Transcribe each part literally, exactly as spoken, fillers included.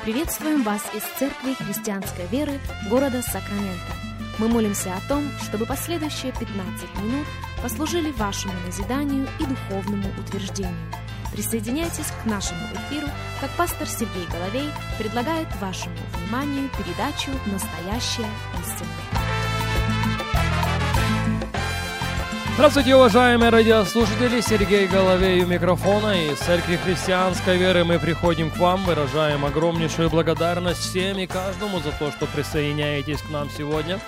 Приветствуем вас из Церкви Христианской Веры города Сакраменто. Мы молимся о том, чтобы последующие пятнадцать минут послужили вашему назиданию и духовному утверждению. Присоединяйтесь к нашему эфиру, как пастор Сергей Головей предлагает вашему вниманию передачу «Настоящая истина». Здравствуйте, уважаемые радиослушатели! Сергей Головей у микрофона. Из Церкви Христианской Веры мы приходим к вам, выражаем огромнейшую благодарность всем и каждому за то, что присоединяетесь к нам сегодня.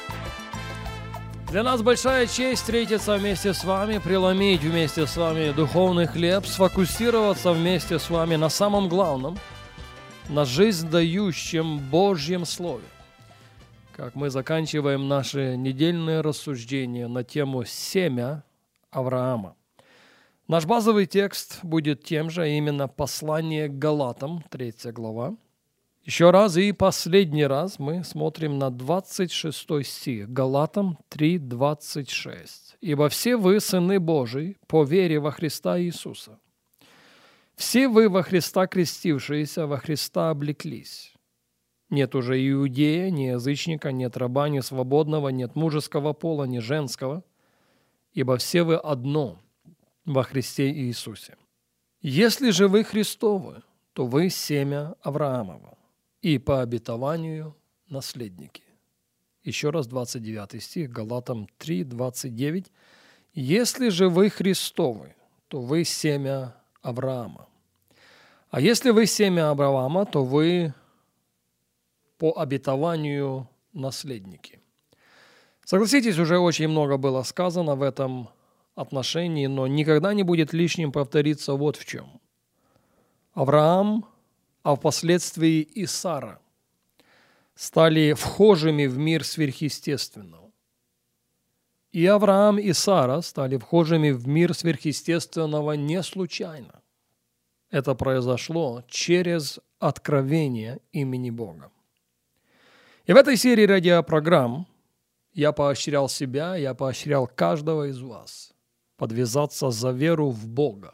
Для нас большая честь встретиться вместе с вами, преломить вместе с вами духовный хлеб, сфокусироваться вместе с вами на самом главном, на жизнь дающем Божьем Слове. Как мы заканчиваем наши недельные рассуждения на тему «Семя Авраама». Наш базовый текст будет тем же, а именно послание к Галатам, третья глава. Еще раз и последний раз мы смотрим на двадцать шестой стих, Галатам три, двадцать шесть. «Ибо все вы, сыны Божии, по вере во Христа Иисуса. Все вы во Христа крестившиеся, во Христа облеклись. Нет уже иудея, ни язычника, нет раба, ни свободного, нет мужеского пола, ни женского, ибо все вы одно во Христе Иисусе. Если же вы Христовы, то вы семя Авраамова, и по обетованию наследники». Еще раз двадцать девятый стих, Галатам три, двадцать девять. «Если же вы Христовы, то вы семя Авраама. А если вы семя Авраама, то вы по обетованию наследники». Согласитесь, уже очень много было сказано в этом отношении, но никогда не будет лишним повториться вот в чем. Авраам, а впоследствии и Сара стали вхожими в мир сверхъестественного. И Авраам, и Сара стали вхожими в мир сверхъестественного не случайно. Это произошло через откровение имени Бога. И в этой серии радиопрограмм я поощрял себя, я поощрял каждого из вас подвязаться за веру в Бога.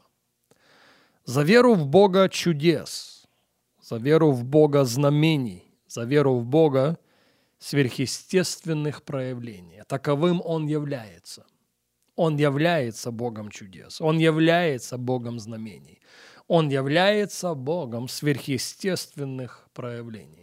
За веру в Бога чудес, за веру в Бога знамений, за веру в Бога сверхъестественных проявлений. Таковым Он является. Он является Богом чудес, Он является Богом знамений, Он является Богом сверхъестественных проявлений.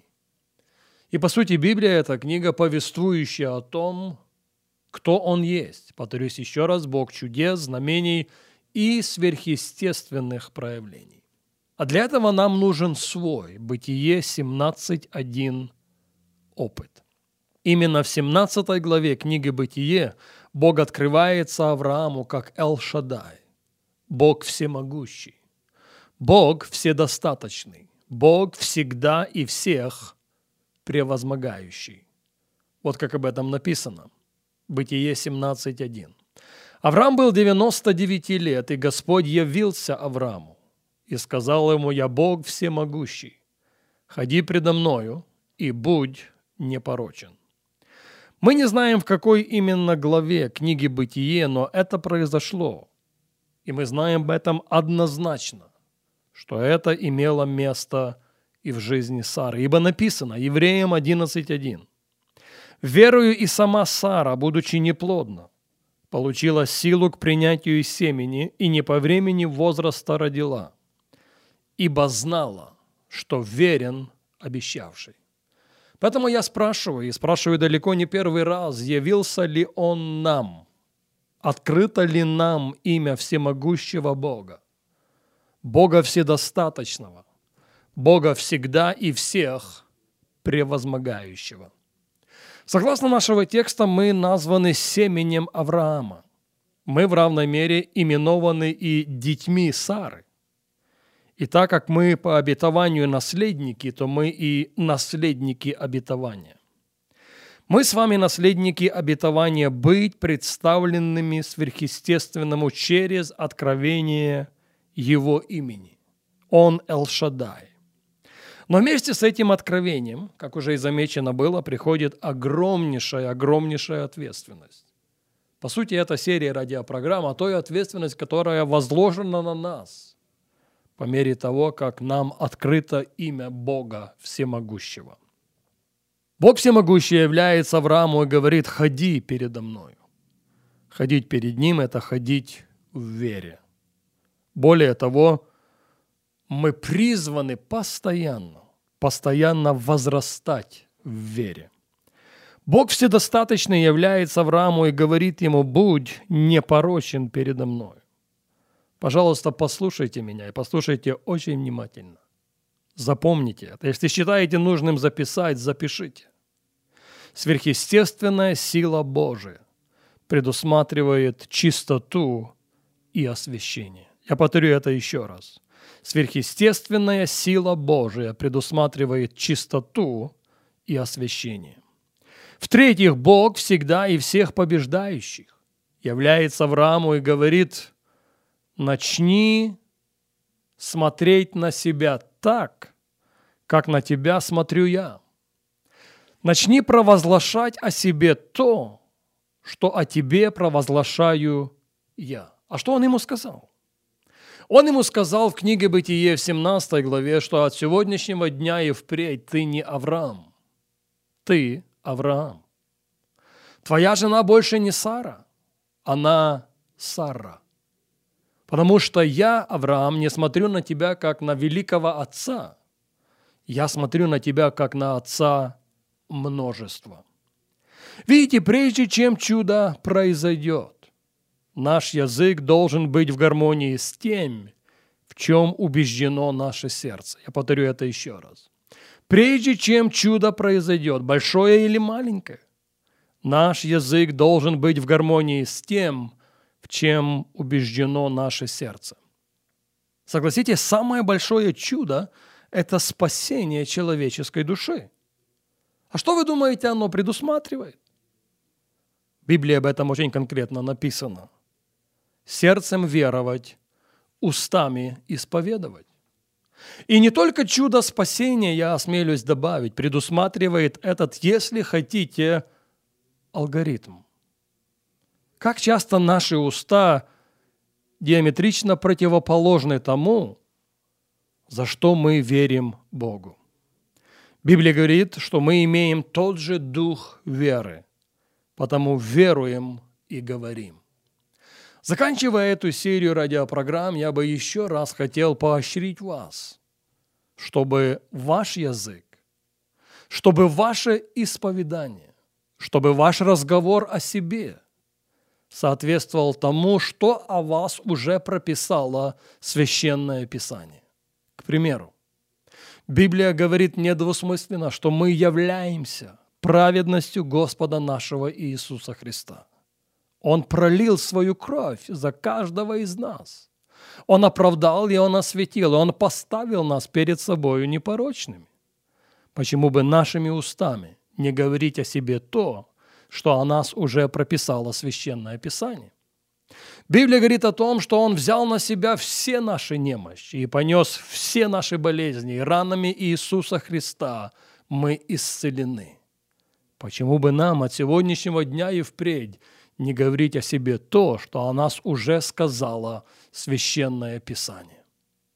И, по сути, Библия – это книга, повествующая о том, кто Он есть. Повторюсь еще раз, Бог чудес, знамений и сверхъестественных проявлений. А для этого нам нужен свой, Бытие семнадцать один, опыт. Именно в семнадцатой главе книги Бытие Бог открывается Аврааму как Эл-Шаддай, Бог всемогущий, Бог вседостаточный, Бог всегда и всех превозмогающий. Вот как об этом написано. Бытие семнадцать один. «Авраам был девяносто девяти лет, и Господь явился Аврааму, и сказал ему: я Бог всемогущий, ходи предо мною и будь непорочен». Мы не знаем, в какой именно главе книги Бытие, но это произошло, и мы знаем об этом однозначно, что это имело место и в жизни Сары. Ибо написано, Евреям одиннадцать один. «Верою и сама Сара, будучи неплодна, получила силу к принятию семени и не по времени возраста родила, ибо знала, что верен обещавший». Поэтому я спрашиваю, и спрашиваю далеко не первый раз, явился ли Он нам? Открыто ли нам имя всемогущего Бога? Бога вседостаточного, Бога всегда и всех превозмогающего. Согласно нашего текста, мы названы семенем Авраама. Мы в равной мере именованы и детьми Сары. И так как мы по обетованию наследники, то мы и наследники обетования. Мы с вами наследники обетования быть представленными сверхъестественному через откровение Его имени. Он Эл-Шаддай. Но вместе с этим откровением, как уже и замечено было, приходит огромнейшая, огромнейшая ответственность. По сути, эта серия радиопрограмм о той ответственности, которая возложена на нас по мере того, как нам открыто имя Бога Всемогущего. Бог Всемогущий является Аврааму и говорит: «Ходи передо мною». Ходить перед Ним – это ходить в вере. Более того, мы призваны постоянно, постоянно возрастать в вере. Бог Вседостаточный является Аврааму и говорит ему: «Будь непорочен передо мною». Пожалуйста, послушайте меня и послушайте очень внимательно. Запомните это. Если считаете нужным записать, запишите. Сверхъестественная сила Божия предусматривает чистоту и освящение. Я повторю это еще раз. Сверхъестественная сила Божия предусматривает чистоту и освящение. В-третьих, Бог всегда и всех побеждающих является Аврааму и говорит: «Начни смотреть на себя так, как на тебя смотрю я. Начни провозглашать о себе то, что о тебе провозглашаю я». А что он ему сказал? Он ему сказал в книге Бытие в семнадцатой главе, что от сегодняшнего дня и впредь ты не Авраам, ты Авраам. Твоя жена больше не Сара, она Сара. Потому что я, Авраам, не смотрю на тебя, как на великого отца. Я смотрю на тебя, как на отца множества. Видите, прежде чем чудо произойдет, наш язык должен быть в гармонии с тем, в чем убеждено наше сердце. Я повторю это еще раз. Прежде чем чудо произойдет, большое или маленькое, наш язык должен быть в гармонии с тем, в чем убеждено наше сердце. Согласитесь, самое большое чудо – это спасение человеческой души. А что вы думаете, оно предусматривает? В Библии об этом очень конкретно написано. Сердцем веровать, устами исповедовать. И не только чудо спасения, я осмелюсь добавить, предусматривает этот, если хотите, алгоритм. Как часто наши уста диаметрично противоположны тому, за что мы верим Богу. Библия говорит, что мы имеем тот же дух веры, потому веруем и говорим. Заканчивая эту серию радиопрограмм, я бы еще раз хотел поощрить вас, чтобы ваш язык, чтобы ваше исповедание, чтобы ваш разговор о себе соответствовал тому, что о вас уже прописало Священное Писание. К примеру, Библия говорит недвусмысленно, что мы являемся праведностью Господа нашего Иисуса Христа. Он пролил свою кровь за каждого из нас. Он оправдал и Он осветил, и Он поставил нас перед собою непорочными. Почему бы нашими устами не говорить о себе то, что о нас уже прописало Священное Писание? Библия говорит о том, что Он взял на себя все наши немощи и понес все наши болезни, и ранами Иисуса Христа мы исцелены. Почему бы нам от сегодняшнего дня и впредь не говорить о себе то, что о нас уже сказало Священное Писание?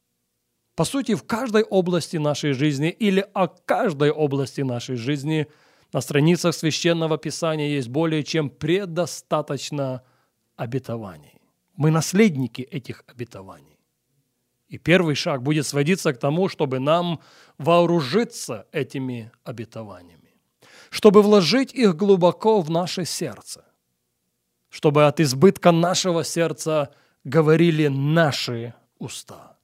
По сути, в каждой области нашей жизни или о каждой области нашей жизни на страницах Священного Писания есть более чем предостаточно обетований. Мы наследники этих обетований. И первый шаг будет сводиться к тому, чтобы нам вооружиться этими обетованиями, чтобы вложить их глубоко в наше сердце, чтобы от избытка нашего сердца говорили наши уста.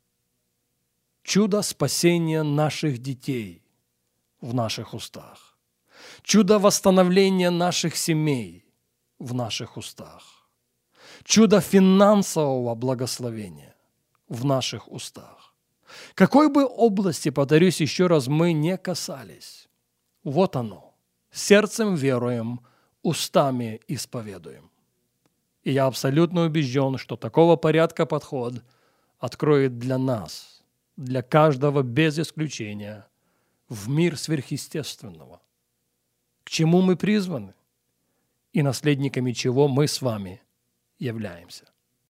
Чудо спасения наших детей в наших устах. Чудо восстановления наших семей в наших устах. Чудо финансового благословения в наших устах. Какой бы области, повторюсь еще раз, мы не касались, вот оно. Сердцем веруем, устами исповедуем. И я абсолютно убежден, что такого порядка подход откроет для нас, для каждого без исключения, в мир сверхъестественного, к чему мы призваны и наследниками чего мы с вами являемся.